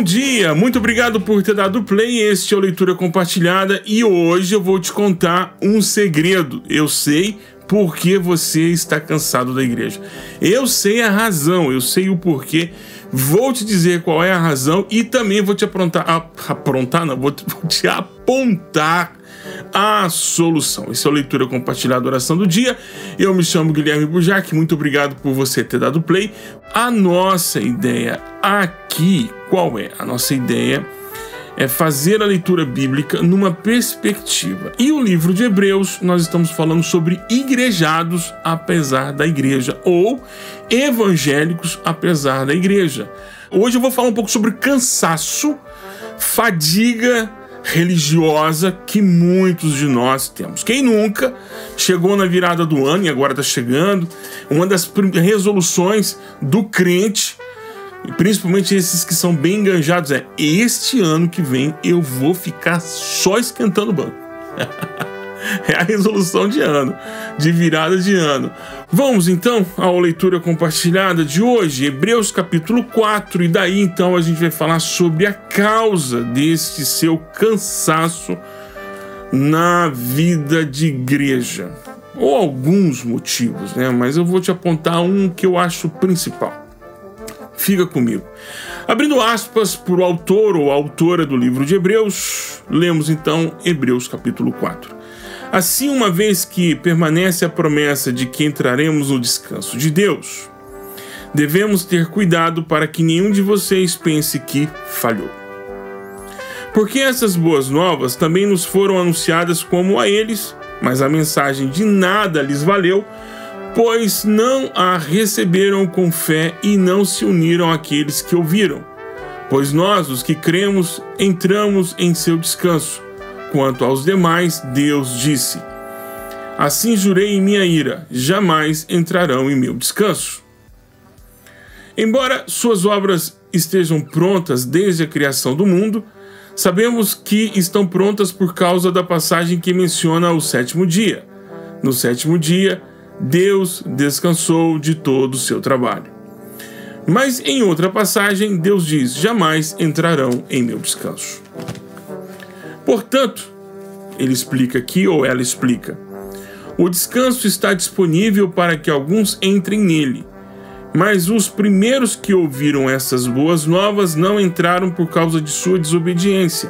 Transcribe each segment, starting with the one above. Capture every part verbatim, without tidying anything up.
dia, muito obrigado por ter dado play. Este é o Leitura Compartilhada e hoje eu vou te contar um segredo. Eu sei por que você está cansado da igreja. Eu sei a razão, eu sei o porquê. Vou te dizer qual é a razão e também vou te aprontar, aprontar, não, vou te, vou te apontar a solução. Esse é o Leitura Compartilhada, Oração do Dia. Eu me chamo Guilherme Bujac, muito obrigado por você ter dado play. A nossa ideia aqui, qual é? A nossa ideia é fazer a leitura bíblica numa perspectiva. E o livro de Hebreus, nós estamos falando sobre igrejados apesar da igreja, ou evangélicos apesar da igreja. Hoje eu vou falar um pouco sobre cansaço, fadiga religiosa que muitos de nós temos. Quem nunca chegou na virada do ano e agora está chegando, uma das resoluções do crente, principalmente esses que são bem enganjados, é: este ano que vem eu vou ficar só esquentando o banco. É a resolução de ano, de virada de ano. Vamos então à leitura compartilhada de hoje, Hebreus capítulo quatro, e daí então a gente vai falar sobre a causa deste seu cansaço na vida de igreja. Ou alguns motivos, né? Mas eu vou te apontar um que eu acho principal. Fica comigo. Abrindo aspas por o autor ou autora do livro de Hebreus, lemos então Hebreus capítulo quatro. Assim, uma vez que permanece a promessa de que entraremos no descanso de Deus, devemos ter cuidado para que nenhum de vocês pense que falhou. Porque essas boas novas também nos foram anunciadas como a eles, mas a mensagem de nada lhes valeu, pois não a receberam com fé e não se uniram àqueles que ouviram. Pois nós, os que cremos, entramos em seu descanso. Quanto aos demais, Deus disse: assim jurei em minha ira, jamais entrarão em meu descanso. Embora suas obras estejam prontas desde a criação do mundo, sabemos que estão prontas por causa da passagem que menciona o sétimo dia. No sétimo dia, Deus descansou de todo o seu trabalho. Mas em outra passagem, Deus diz: jamais entrarão em meu descanso. Portanto, ele explica aqui, ou ela explica, o descanso está disponível para que alguns entrem nele, mas os primeiros que ouviram essas boas novas não entraram por causa de sua desobediência.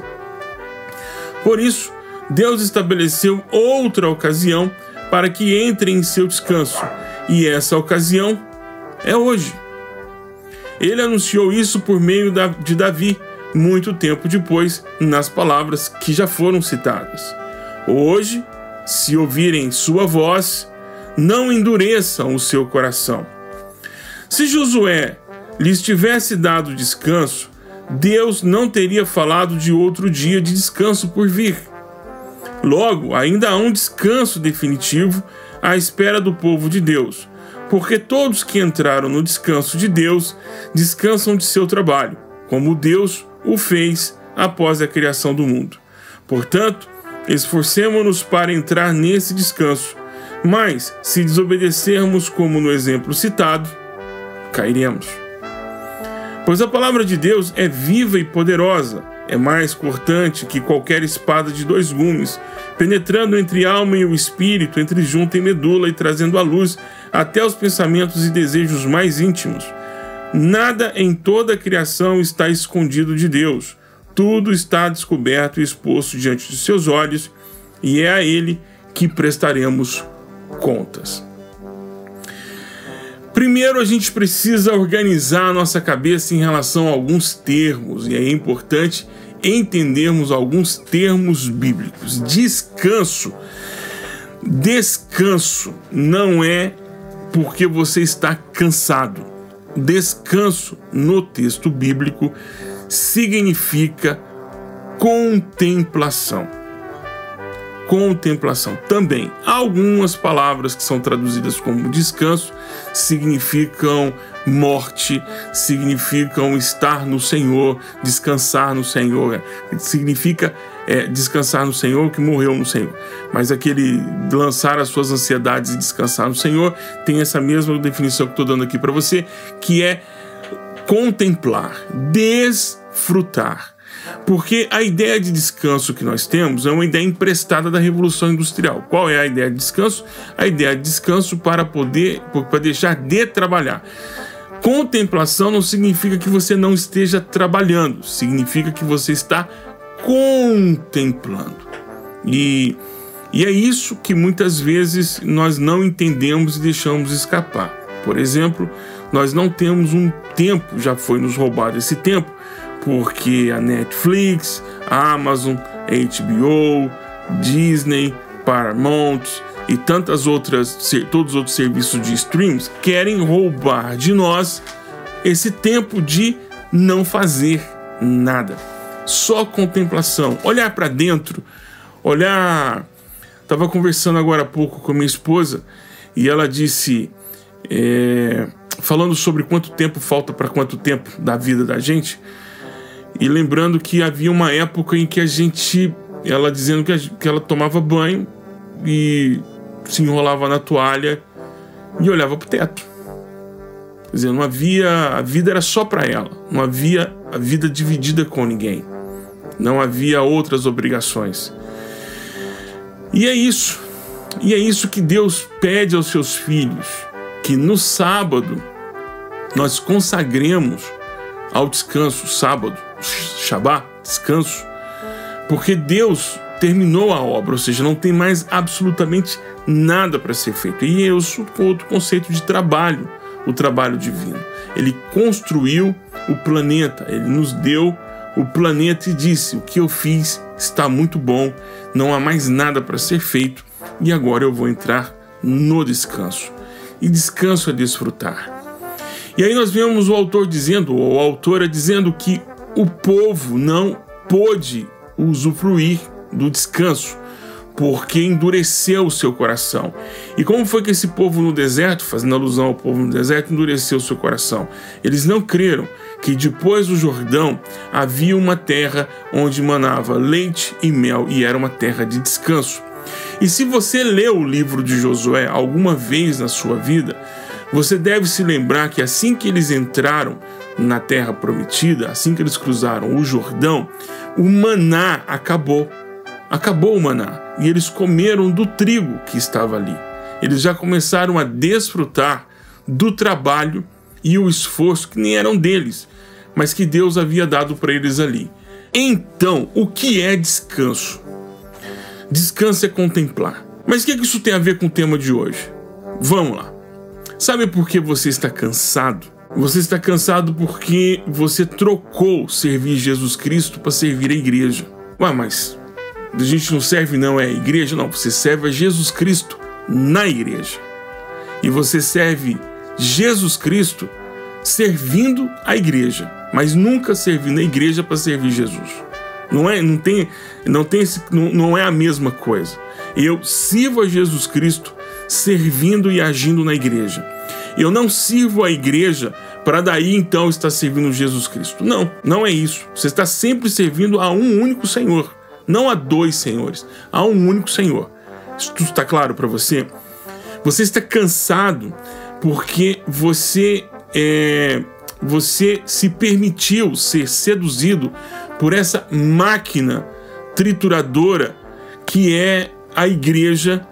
Por isso, Deus estabeleceu outra ocasião para que entrem em seu descanso, e essa ocasião é hoje. Ele anunciou isso por meio de Davi, muito tempo depois, nas palavras que já foram citadas. Hoje, se ouvirem sua voz, não endureçam o seu coração. Se Josué lhes tivesse dado descanso, Deus não teria falado de outro dia de descanso por vir. Logo, ainda há um descanso definitivo à espera do povo de Deus, porque todos que entraram no descanso de Deus descansam de seu trabalho, como Deus o fez após a criação do mundo. Portanto, esforcemo-nos para entrar nesse descanso, mas se desobedecermos como no exemplo citado, cairemos. Pois a palavra de Deus é viva e poderosa, é mais cortante que qualquer espada de dois gumes, penetrando entre a alma e o espírito, entre junta e medula, e trazendo à luz até os pensamentos e desejos mais íntimos. Nada em toda a criação está escondido de Deus. Tudo está descoberto e exposto diante de seus olhos, e é a Ele que prestaremos contas. Primeiro, a gente precisa organizar a nossa cabeça em relação a alguns termos, e é importante entendermos alguns termos bíblicos. Descanso. Descanso não é porque você está cansado. Descanso, no texto bíblico, significa contemplação. Contemplação. Também, algumas palavras que são traduzidas como descanso significam morte, significam estar no Senhor, descansar no Senhor. Significa é, descansar no Senhor que morreu no Senhor. Mas aquele lançar as suas ansiedades e descansar no Senhor tem essa mesma definição que estou dando aqui para você, que é contemplar, desfrutar desfrutar. Porque a ideia de descanso que nós temos é uma ideia emprestada da Revolução Industrial. Qual é a ideia de descanso? A ideia de descanso para poder, para deixar de trabalhar. Contemplação não significa que você não esteja trabalhando, significa que você está contemplando. E, e é isso que muitas vezes nós não entendemos e deixamos escapar. Por exemplo, nós não temos um tempo, já foi nos roubado esse tempo, porque a Netflix, a Amazon, a H B O, Disney, Paramount e tantas outras, todos os outros serviços de streams querem roubar de nós esse tempo de não fazer nada. Só contemplação, olhar para dentro, olhar... Estava conversando agora há pouco com a minha esposa e ela disse, é, falando sobre quanto tempo falta para quanto tempo da vida da gente, e lembrando que havia uma época em que a gente, ela dizendo que, a, que ela tomava banho e se enrolava na toalha e olhava para o teto. Quer dizer, não havia, a vida era só para ela, não havia a vida dividida com ninguém, não havia outras obrigações. E é isso, e é isso que Deus pede aos seus filhos, que no sábado nós consagremos ao descanso, sábado, Shabá, descanso, porque Deus terminou a obra, ou seja, não tem mais absolutamente nada para ser feito. E isso é outro conceito de trabalho, o trabalho divino. Ele construiu o planeta, ele nos deu o planeta e disse: o que eu fiz está muito bom, não há mais nada para ser feito e agora eu vou entrar no descanso. E descanso é desfrutar. E aí nós vemos o autor dizendo, ou a autora dizendo que o povo não pôde usufruir do descanso, porque endureceu o seu coração. E como foi que esse povo no deserto, fazendo alusão ao povo no deserto, endureceu o seu coração? Eles não creram que depois do Jordão havia uma terra onde manava leite e mel, e era uma terra de descanso. E se você leu o livro de Josué alguma vez na sua vida, você deve se lembrar que assim que eles entraram na terra prometida, assim que eles cruzaram o Jordão, o maná acabou. Acabou o maná. E eles comeram do trigo que estava ali. Eles já começaram a desfrutar do trabalho e o esforço que nem eram deles, mas que Deus havia dado para eles ali. Então, o que é descanso? Descanso é contemplar. Mas o que, é que isso tem a ver com o tema de hoje? Vamos lá. Sabe por que você está cansado? Você está cansado porque você trocou servir Jesus Cristo para servir a igreja. Ué, mas a gente não serve não é a igreja? Não, você serve a Jesus Cristo na igreja. E você serve Jesus Cristo servindo a igreja, mas nunca servindo a igreja para servir Jesus. Não é, não tem, não tem esse, não, não é a mesma coisa. Eu sirvo a Jesus Cristo servindo e agindo na igreja. Eu não sirvo a igreja para daí então estar servindo Jesus Cristo. Não, não é isso. Você está sempre servindo a um único Senhor, não a dois senhores, a um único Senhor. Isso tudo está claro para você? Você está cansado porque você, é, você se permitiu ser seduzido por essa máquina trituradora que é a igreja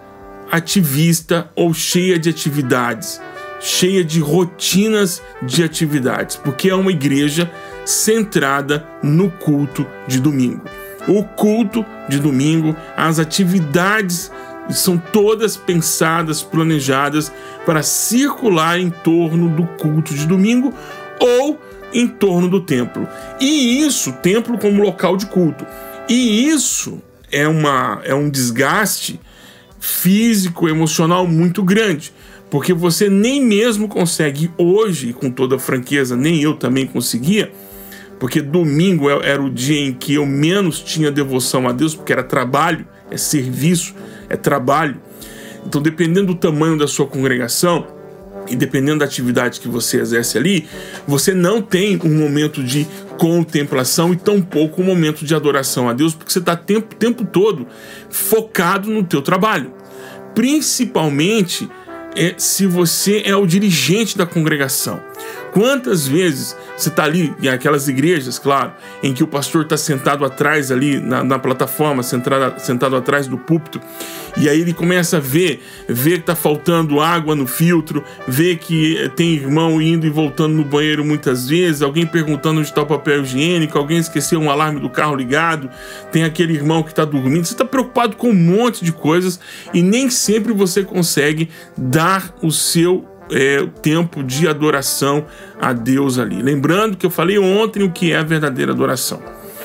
ativista ou cheia de atividades, cheia de rotinas de atividades, porque é uma igreja centrada no culto de domingo. O culto de domingo, as atividades são todas pensadas, planejadas para circular em torno do culto de domingo ou em torno do templo. E isso, templo como local de culto. E isso é, uma, é um desgaste físico, emocional muito grande, porque você nem mesmo consegue hoje, com toda franqueza, nem eu também conseguia, porque domingo era o dia em que eu menos tinha devoção a Deus, porque era trabalho, é serviço, é trabalho. Então, dependendo do tamanho da sua congregação e dependendo da atividade que você exerce ali, você não tem um momento de contemplação e tampouco um momento de adoração a Deus, porque você está o tempo, tempo todo focado no teu trabalho. Principalmente é, se você é o dirigente da congregação. Quantas vezes você está ali, em aquelas igrejas, claro, em que o pastor está sentado atrás ali na, na plataforma, sentado, sentado atrás do púlpito, e aí ele começa a ver, ver que está faltando água no filtro, ver que tem irmão indo e voltando no banheiro muitas vezes, alguém perguntando onde está o papel higiênico, alguém esqueceu um alarme do carro ligado, tem aquele irmão que está dormindo. Você está preocupado com um monte de coisas e nem sempre você consegue dar o seu É, tempo de adoração a Deus ali. Lembrando que eu falei ontem o que é a verdadeira adoração.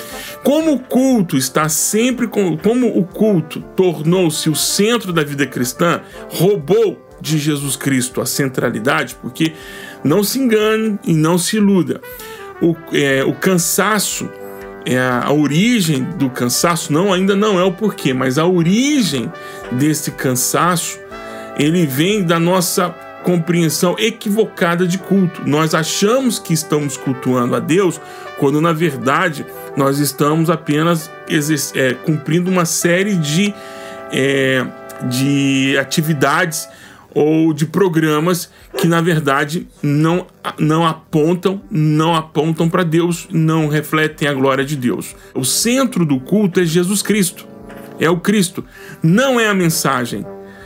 Como o culto está sempre com, como o culto tornou-se o centro da vida cristã, roubou de Jesus Cristo a centralidade, porque não se engane e não se iluda. O, é, o cansaço, é, a origem do cansaço não, ainda não é o porquê, mas a origem desse cansaço, ele vem da nossa compreensão equivocada de culto. Nós achamos que estamos cultuando a Deus, quando na verdade nós estamos apenas é, cumprindo uma série de, é, de atividades ou de programas que na verdade não, não apontam, não apontam para Deus, não refletem a glória de Deus. O centro do culto é Jesus Cristo, é o Cristo, não é a mensagem,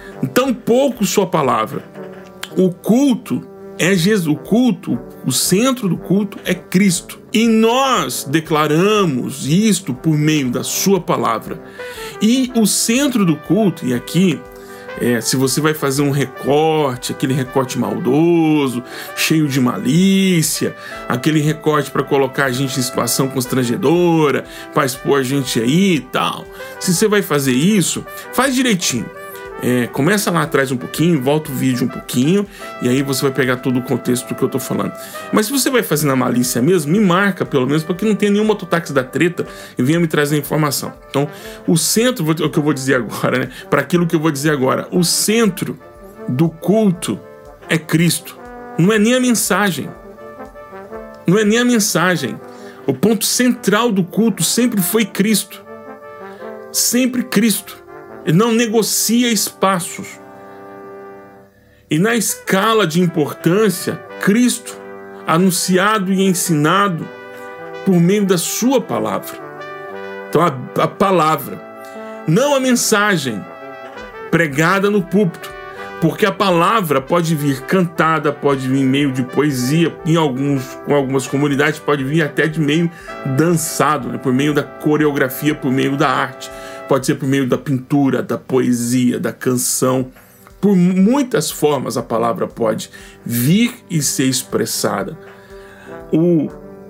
tampouco sua palavra. O culto é Jesus, o culto, o centro do culto é Cristo. E nós declaramos isto por meio da sua palavra. E o centro do culto, e aqui, é, se você vai fazer um recorte, aquele recorte maldoso, cheio de malícia, aquele recorte para colocar a gente em situação constrangedora, para expor a gente aí e tal. Se você vai fazer isso, faz direitinho. É, começa lá atrás um pouquinho, volta o vídeo um pouquinho, e aí você vai pegar todo o contexto do que eu tô falando. Mas se você vai fazer na malícia mesmo, me marca pelo menos, para que não tenha nenhum mototáxi da treta e venha me trazer a informação. Então, o centro, o que eu vou dizer agora, né? Para aquilo que eu vou dizer agora, o centro do culto é Cristo. Não é nem a mensagem. Não é nem a mensagem. O ponto central do culto sempre foi Cristo. Sempre Cristo. Ele não negocia espaços. E na escala de importância, Cristo, anunciado e ensinado por meio da sua palavra. Então a, a palavra, não a mensagem pregada no púlpito, porque a palavra pode vir cantada, pode vir em meio de poesia, em alguns, com algumas comunidades pode vir até de meio dançado, né? Por meio da coreografia, por meio da arte. Pode ser por meio da pintura, da poesia, da canção. Por muitas formas a palavra pode vir e ser expressada. O,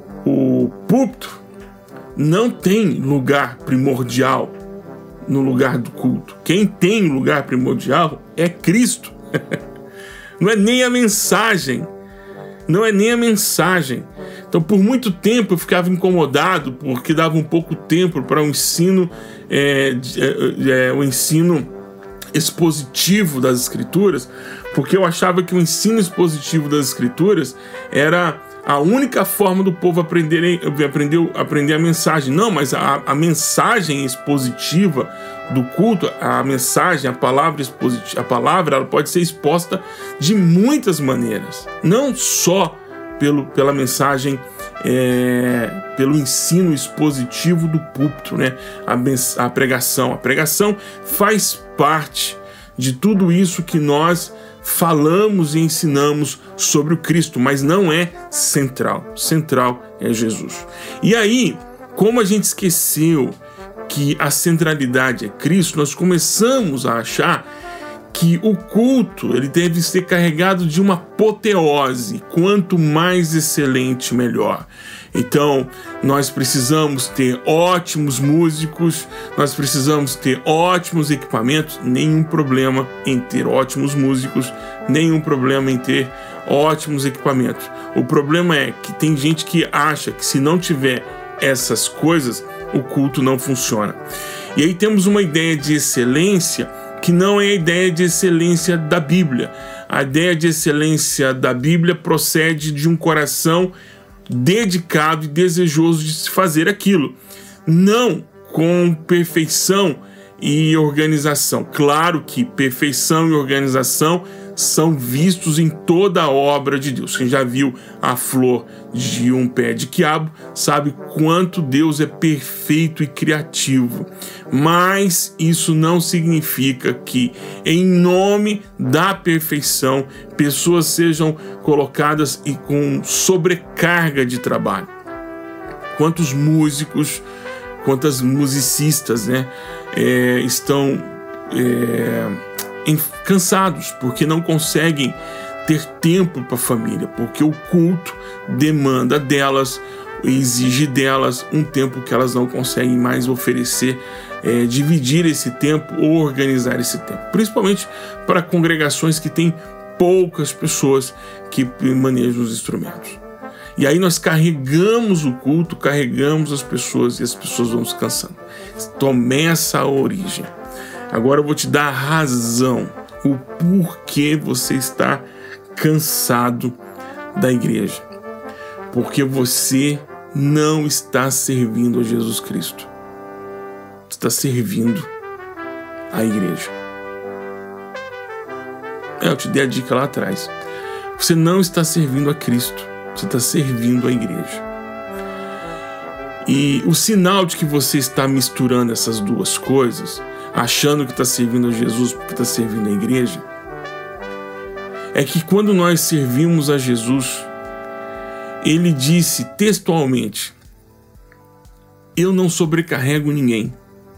o púlpito não tem lugar primordial no lugar do culto. Quem tem lugar primordial é Cristo. Não é nem a mensagem. Não é nem a mensagem. Então, por muito tempo eu ficava incomodado porque dava um pouco tempo para o ensino, é, é, é, o ensino expositivo das Escrituras, porque eu achava que o ensino expositivo das Escrituras era a única forma do povo aprender, aprender, aprender a mensagem. Não, mas a, a mensagem expositiva do culto, a mensagem, a palavra expositiva, a palavra ela pode ser exposta de muitas maneiras, não só pelo, pela mensagem, é, pelo ensino expositivo do púlpito, né? A, a pregação. A pregação faz parte de tudo isso que nós falamos e ensinamos sobre o Cristo, mas não é central. Central é Jesus. E aí, como a gente esqueceu que a centralidade é Cristo, nós começamos a achar que o culto ele deve ser carregado de uma apoteose. Quanto mais excelente, melhor. Então, nós precisamos ter ótimos músicos, nós precisamos ter ótimos equipamentos, nenhum problema em ter ótimos músicos, nenhum problema em ter ótimos equipamentos. O problema é que tem gente que acha que se não tiver essas coisas, o culto não funciona. E aí temos uma ideia de excelência que não é a ideia de excelência da Bíblia. A ideia de excelência da Bíblia procede de um coração dedicado e desejoso de se fazer aquilo, não com perfeição e organização. Claro que perfeição e organização são vistos em toda a obra de Deus. Quem já viu a flor de um pé de quiabo sabe quanto Deus é perfeito e criativo. Mas isso não significa que, em nome da perfeição, pessoas sejam colocadas e com sobrecarga de trabalho. Quantos músicos, quantas musicistas, né, é, estão é, cansados porque não conseguem ter tempo para a família, porque o culto demanda delas, exige delas um tempo que elas não conseguem mais oferecer, é, dividir esse tempo ou organizar esse tempo, principalmente para congregações que têm poucas pessoas que manejam os instrumentos. E aí nós carregamos o culto, carregamos as pessoas e as pessoas vão se cansando. Começa a origem. Agora eu vou te dar a razão, o porquê você está cansado da igreja. Porque você não está servindo a Jesus Cristo. Você está servindo a igreja. É, eu te dei a dica lá atrás. Você não está servindo a Cristo. Você está servindo a igreja. E o sinal de que você está misturando essas duas coisas, achando que está servindo a Jesus porque está servindo a igreja, é que quando nós servimos a Jesus, ele disse textualmente: eu não sobrecarrego ninguém.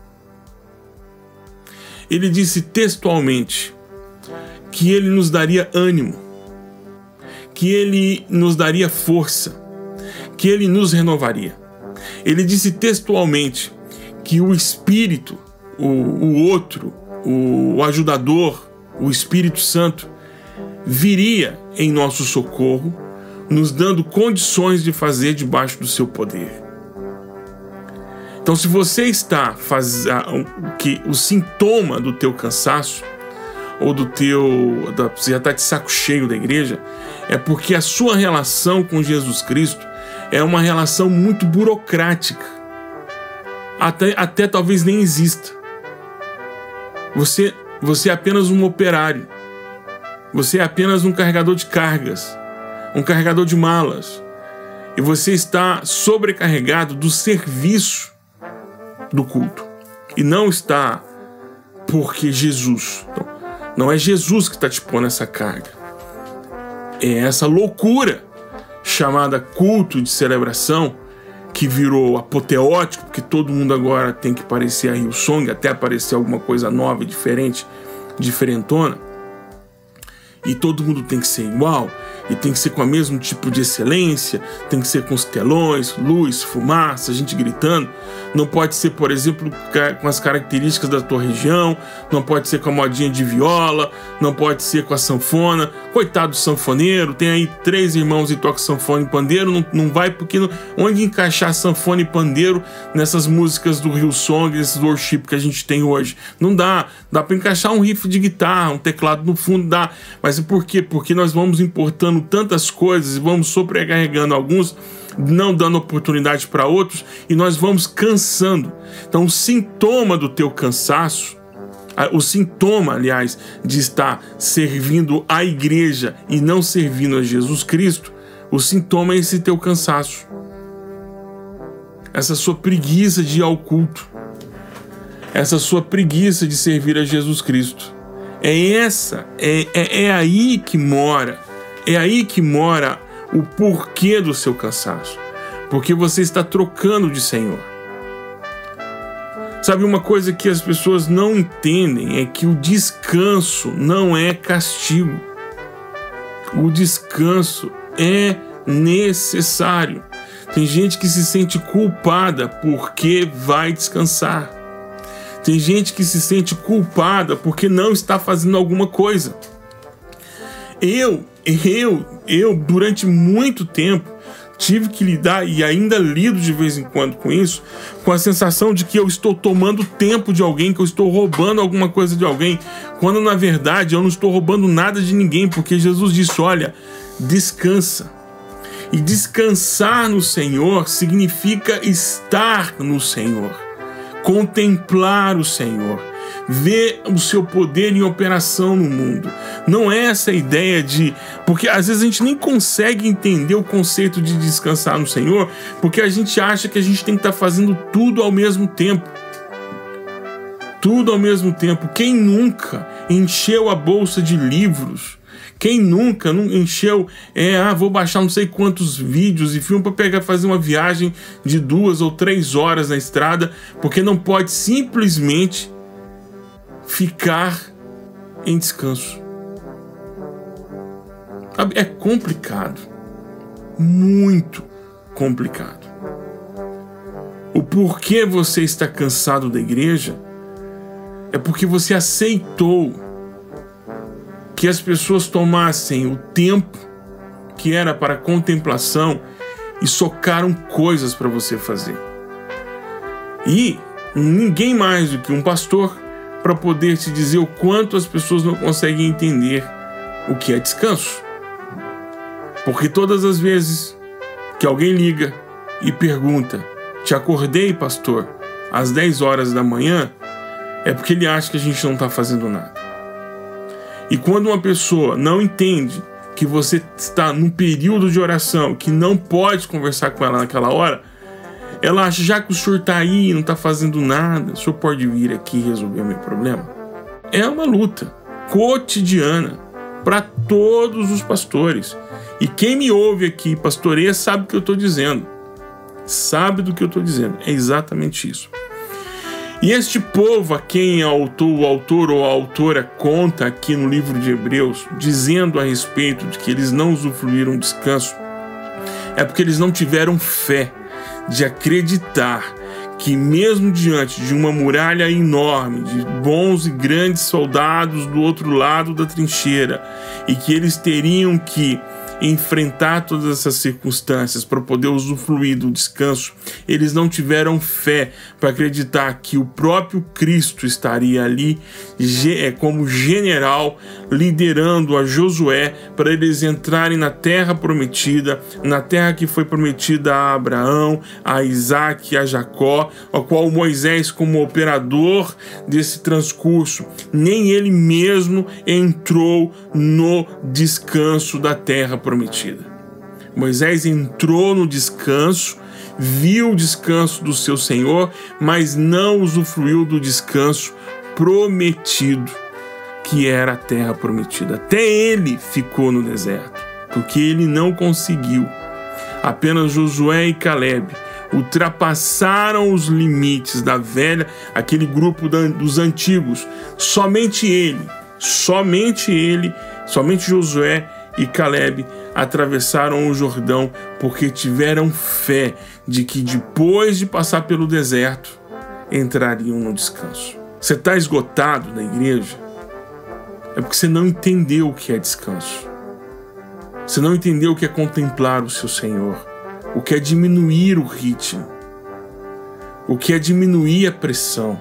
Ele disse textualmente que ele nos daria ânimo, que ele nos daria força, que ele nos renovaria. Ele disse textualmente que o Espírito, o, o outro, o, o ajudador, o Espírito Santo, viria em nosso socorro, nos dando condições de fazer debaixo do seu poder. Então, se você está fazendo que o sintoma do teu cansaço, ou do teu, da, você já está de saco cheio da igreja, é porque a sua relação com Jesus Cristo é uma relação muito burocrática. Até, até talvez nem exista. Você, você é apenas um operário. Você é apenas um carregador de cargas, um carregador de malas. E você está sobrecarregado do serviço do culto. E não está porque Jesus... Então, não é Jesus que está te pondo essa carga. É essa loucura chamada culto de celebração, que virou apoteótico, porque todo mundo agora tem que parecer a Hillsong, até aparecer alguma coisa nova e diferente, diferentona. E todo mundo tem que ser igual, e tem que ser com o mesmo tipo de excelência, tem que ser com os telões, luz, fumaça, gente gritando. Não pode ser, por exemplo, com as características da tua região, não pode ser com a modinha de viola, não pode ser com a sanfona. Coitado do sanfoneiro, tem aí três irmãos e toca sanfona e pandeiro, não, não vai porque não, onde encaixar sanfona e pandeiro nessas músicas do Hillsong, esses worship que a gente tem hoje? Não dá, dá para encaixar um riff de guitarra, um teclado no fundo, dá, mas por quê? Porque nós vamos importando tantas coisas e vamos sobrecarregando alguns, não dando oportunidade para outros, e nós vamos cansando. Então o sintoma do teu cansaço, o sintoma, aliás, de estar servindo a igreja e não servindo a Jesus Cristo, o sintoma é esse teu cansaço, essa sua preguiça de ir ao culto, essa sua preguiça de servir a Jesus Cristo. É essa, é, é, é aí que mora, é aí que mora o porquê do seu cansaço. Porque você está trocando de Senhor. Sabe, uma coisa que as pessoas não entendem é que o descanso não é castigo. O descanso é necessário. Tem gente que se sente culpada porque vai descansar. Tem gente que se sente culpada porque não está fazendo alguma coisa. Eu, eu, eu, durante muito tempo, tive que lidar, e ainda lido de vez em quando com isso, com a sensação de que eu estou tomando tempo de alguém, que eu estou roubando alguma coisa de alguém, quando na verdade eu não estou roubando nada de ninguém, porque Jesus disse: olha, descansa. E descansar no Senhor significa estar no Senhor, contemplar o Senhor, ver o seu poder em operação no mundo, Não é essa ideia de... Porque às vezes a gente nem consegue entender o conceito de descansar no Senhor, porque a gente acha que a gente tem que estar fazendo tudo ao mesmo tempo. Tudo ao mesmo tempo. Quem nunca encheu a bolsa de livros? Quem nunca não encheu, é, ah, vou baixar não sei quantos vídeos e filmes para pegar, fazer uma viagem de duas ou três horas na estrada, porque não pode simplesmente ficar em descanso. É complicado. Muito complicado. O porquê você está cansado da igreja é porque você aceitou que as pessoas tomassem o tempo que era para contemplação e socaram coisas para você fazer. E ninguém mais do que um pastor para poder te dizer o quanto as pessoas não conseguem entender o que é descanso. Porque todas as vezes que alguém liga e pergunta: te acordei, pastor, às dez horas da manhã, é porque ele acha que a gente não está fazendo nada. E quando uma pessoa não entende que você está num período de oração, que não pode conversar com ela naquela hora, ela acha, já que o senhor está aí e não está fazendo nada, o senhor pode vir aqui resolver o meu problema? É uma luta cotidiana para todos os pastores. E quem me ouve aqui, pastoreia, sabe o que eu estou dizendo. Sabe do que eu estou dizendo. É exatamente isso. E este povo a quem o autor, o autor ou a autora conta aqui no livro de Hebreus, dizendo a respeito de que eles não usufruíram descanso, é porque eles não tiveram fé de acreditar que mesmo diante de uma muralha enorme, de bons e grandes soldados do outro lado da trincheira, e que eles teriam que enfrentar todas essas circunstâncias para poder usufruir do descanso, eles não tiveram fé para acreditar que o próprio Cristo estaria ali como general, liderando a Josué para eles entrarem na terra prometida, na terra que foi prometida a Abraão, a Isaac e a Jacó, ao qual Moisés, como operador desse transcurso, nem ele mesmo entrou no descanso da terra prometida. Moisés entrou no descanso, viu o descanso do seu Senhor, mas não usufruiu do descanso prometido, que era a terra prometida. Até ele ficou no deserto, porque ele não conseguiu. Apenas Josué e Caleb ultrapassaram os limites da velha, aquele grupo dos antigos. Somente ele, somente ele, somente Josué e Caleb atravessaram o Jordão porque tiveram fé de que depois de passar pelo deserto entrariam no descanso. Você está esgotado na igreja? É porque você não entendeu o que é descanso. Você não entendeu o que é contemplar o seu Senhor, o que é diminuir o ritmo, o que é diminuir a pressão,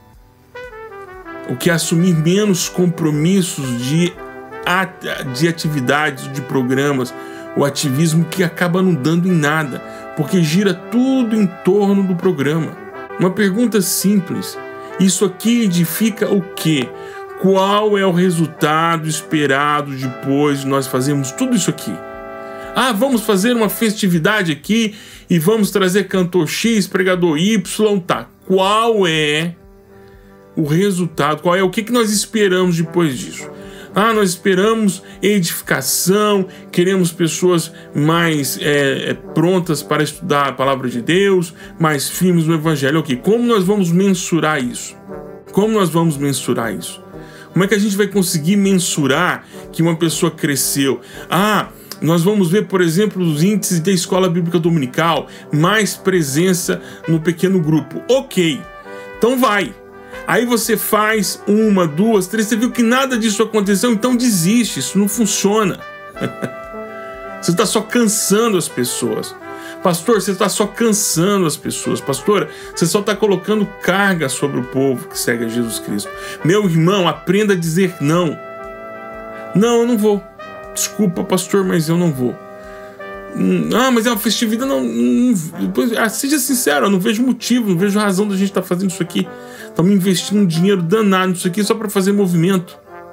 o que é assumir menos compromissos de de atividades, de programas, o ativismo que acaba não dando em nada, porque gira tudo em torno do programa. Uma pergunta simples: isso aqui edifica o quê? Qual é o resultado esperado depois de nós fazermos tudo isso aqui? Ah, vamos fazer uma festividade aqui e vamos trazer cantor X, pregador Y, tá? Qual é o resultado? Qual é o que que nós esperamos depois disso? Ah, nós esperamos edificação, queremos pessoas mais é, prontas para estudar a palavra de Deus, mais firmes no Evangelho. Ok, como nós vamos mensurar isso? Como nós vamos mensurar isso? Como é que a gente vai conseguir mensurar que uma pessoa cresceu? Ah, nós vamos ver, por exemplo, os índices da escola bíblica dominical, mais presença no pequeno grupo. Ok, então vai. Aí você faz uma, duas, três, você viu que nada disso aconteceu, então desiste, isso não funciona. Você está só cansando as pessoas. Pastor, você está só cansando as pessoas. Pastora, você só está colocando carga sobre o povo que segue a Jesus Cristo. Meu irmão, aprenda a dizer não. Não, eu não vou. Desculpa, pastor, mas eu não vou. Ah, mas é uma festividade, não, não, não, seja sincero, eu não vejo motivo, não vejo razão da gente estar fazendo isso aqui. Estamos investindo um dinheiro danado nisso aqui só para fazer movimento.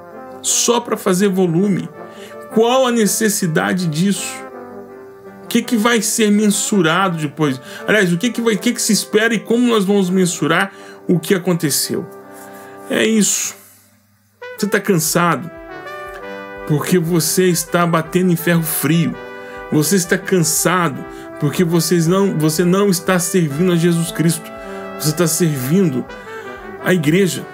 só para fazer volume. Qual a necessidade disso? O que, que vai ser mensurado depois? Aliás, o que, que, vai, o que, que se espera e como nós vamos mensurar o que aconteceu? É isso. Você está cansado porque você está batendo em ferro frio. Você está cansado porque vocês não, você não está servindo a Jesus Cristo. Você está servindo a igreja.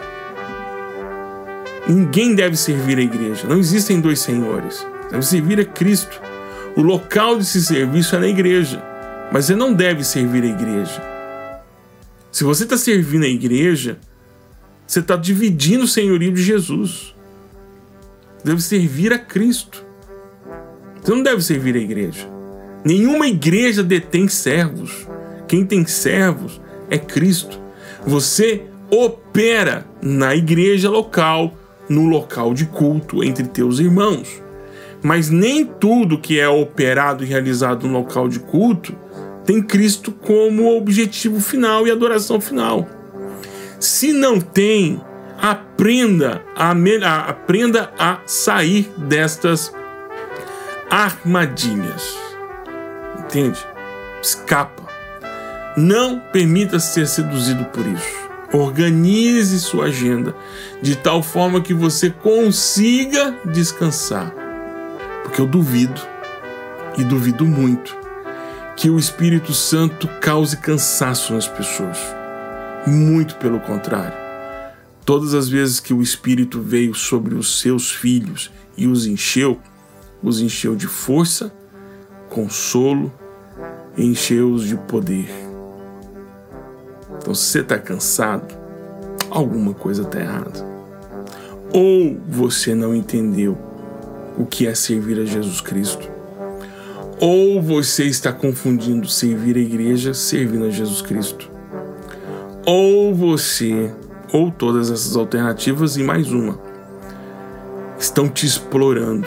Ninguém deve servir a igreja. Não existem dois senhores. Deve servir a Cristo. O local desse serviço é na igreja. Mas você não deve servir a igreja. Se você está servindo a igreja, você está dividindo o senhorio de Jesus. Você deve servir a Cristo. Você não deve servir a igreja. Nenhuma igreja detém servos. Quem tem servos é Cristo. Você opera na igreja local, no local de culto entre teus irmãos. Mas nem tudo que é operado e realizado no local de culto tem Cristo como objetivo final e adoração final. Se não tem, aprenda a, a, aprenda a sair destas armadilhas. Entende? Escapa. Não permita ser seduzido por isso. Organize sua agenda de tal forma que você consiga descansar. Porque eu duvido, e duvido muito, que o Espírito Santo cause cansaço nas pessoas. Muito pelo contrário. Todas as vezes que o Espírito veio sobre os seus filhos e os encheu, os encheu de força, consolo, e encheu-os de poder. Então, se você está cansado, alguma coisa está errada. Ou você não entendeu o que é servir a Jesus Cristo, ou você está confundindo servir a igreja servindo a Jesus Cristo. Ou você, ou todas essas alternativas e mais uma, estão te explorando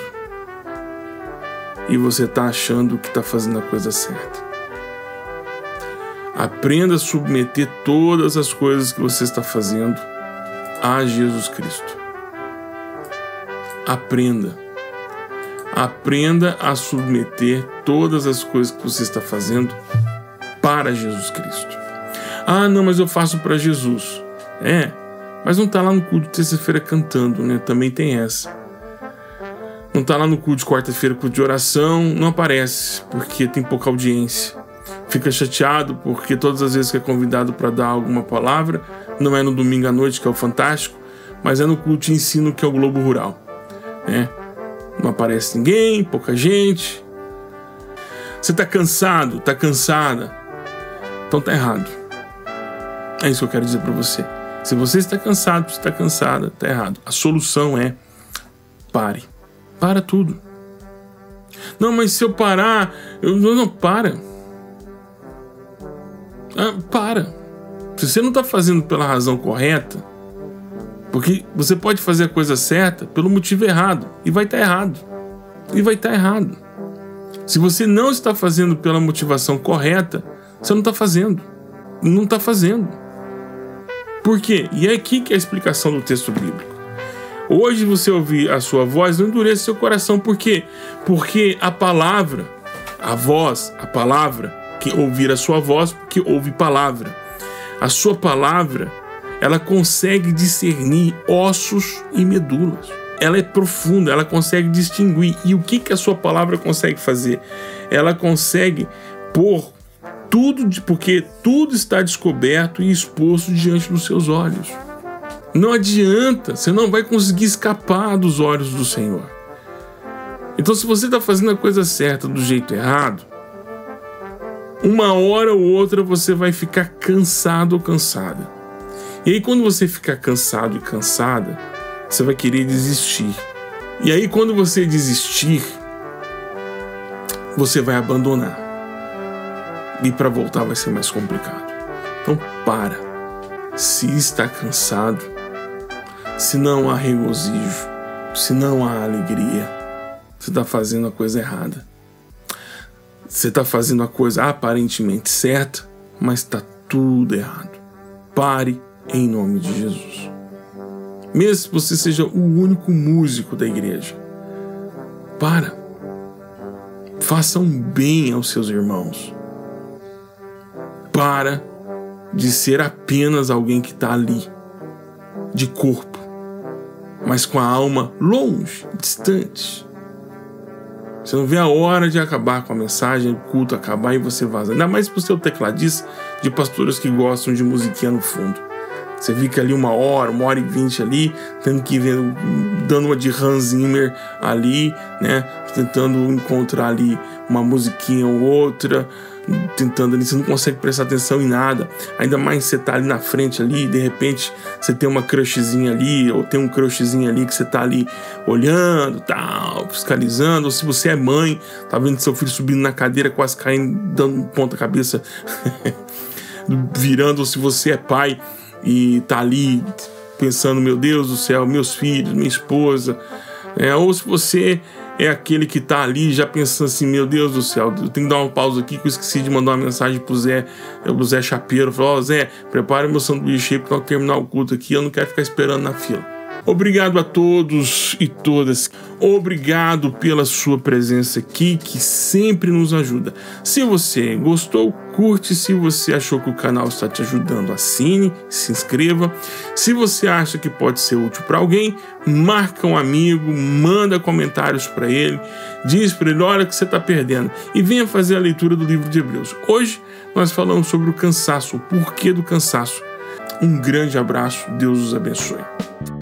e você está achando que está fazendo a coisa certa. Aprenda a submeter todas as coisas que você está fazendo a Jesus Cristo. Aprenda. Aprenda a submeter todas as coisas que você está fazendo para Jesus Cristo. Ah, não, mas eu faço para Jesus. É, mas não está lá no culto de terça-feira cantando, né? Também tem essa. Não está lá no culto de quarta-feira, culto de oração, não aparece, porque tem pouca audiência. Fica chateado porque todas as vezes que é convidado para dar alguma palavra, não é no domingo à noite, que é o Fantástico, mas é no culto de ensino, que é o Globo Rural, né? Não aparece ninguém, pouca gente. Você está cansado, está cansada, então está errado. É isso que eu quero dizer para você. Se você está cansado, se está cansada, está errado. A solução é pare. Para tudo. Não, mas se eu parar, eu não, não para. Ah, para. Se você não está fazendo pela razão correta, porque você pode fazer a coisa certa pelo motivo errado e vai estar errado. E vai estar errado. Se você não está fazendo pela motivação correta, você não está fazendo. Não está fazendo. Por quê? E é aqui que é a explicação do texto bíblico. Hoje você ouvir a sua voz, não endureça seu coração. Por quê? Porque a palavra, a voz, a palavra, que ouvir a sua voz, porque ouve palavra. A sua palavra, ela consegue discernir ossos e medulas. Ela é profunda, ela consegue distinguir. E o que, que a sua palavra consegue fazer? Ela consegue pôr tudo, porque tudo está descoberto e exposto diante dos seus olhos. Não adianta, você não vai conseguir escapar dos olhos do Senhor. Então, se você está fazendo a coisa certa do jeito errado, uma hora ou outra você vai ficar cansado ou cansada. E aí, quando você ficar cansado e cansada, você vai querer desistir. E aí, quando você desistir, você vai abandonar. E para voltar vai ser mais complicado. Então, para. Se está cansado, se não há regozijo, se não há alegria, você está fazendo a coisa errada. Você está fazendo a coisa aparentemente certa, mas está tudo errado. Pare em nome de Jesus. Mesmo que você seja o único músico da igreja. Para. Faça um bem aos seus irmãos. Para de ser apenas alguém que está ali, de corpo, mas com a alma longe, distante. Você não vê a hora de acabar com a mensagem, o culto acabar e você vaza. Ainda mais para o seu tecladista, de pastores que gostam de musiquinha no fundo. Você fica ali uma hora, uma hora e vinte ali, tendo que ver, dando uma de Hans Zimmer ali, né? Tentando encontrar ali uma musiquinha ou outra, tentando ali, você não consegue prestar atenção em nada. Ainda mais você tá ali na frente ali, e de repente você tem uma crushzinha ali, ou tem um crushzinho ali que você tá ali olhando, tal, fiscalizando. Ou se você é mãe, tá vendo seu filho subindo na cadeira, quase caindo, dando um ponta cabeça, virando. Ou se você é pai e tá ali pensando, meu Deus do céu, meus filhos, minha esposa, é, ou se você é aquele que tá ali já pensando assim, meu Deus do céu, eu tenho que dar uma pausa aqui que eu esqueci de mandar uma mensagem pro Zé, pro Zé Chapeiro, falou, ó, Zé, prepara meu sanduíche aí pra terminar o culto aqui, eu não quero ficar esperando na fila. Obrigado a todos e todas. Obrigado pela sua presença aqui, que sempre nos ajuda. Se você gostou, curte. Se você achou que o canal está te ajudando, assine, se inscreva. Se você acha que pode ser útil para alguém, marca um amigo, manda comentários para ele, diz para ele, olha que você está perdendo, e venha fazer a leitura do livro de Hebreus. Hoje nós falamos sobre o cansaço, o porquê do cansaço. Um grande abraço, Deus os abençoe.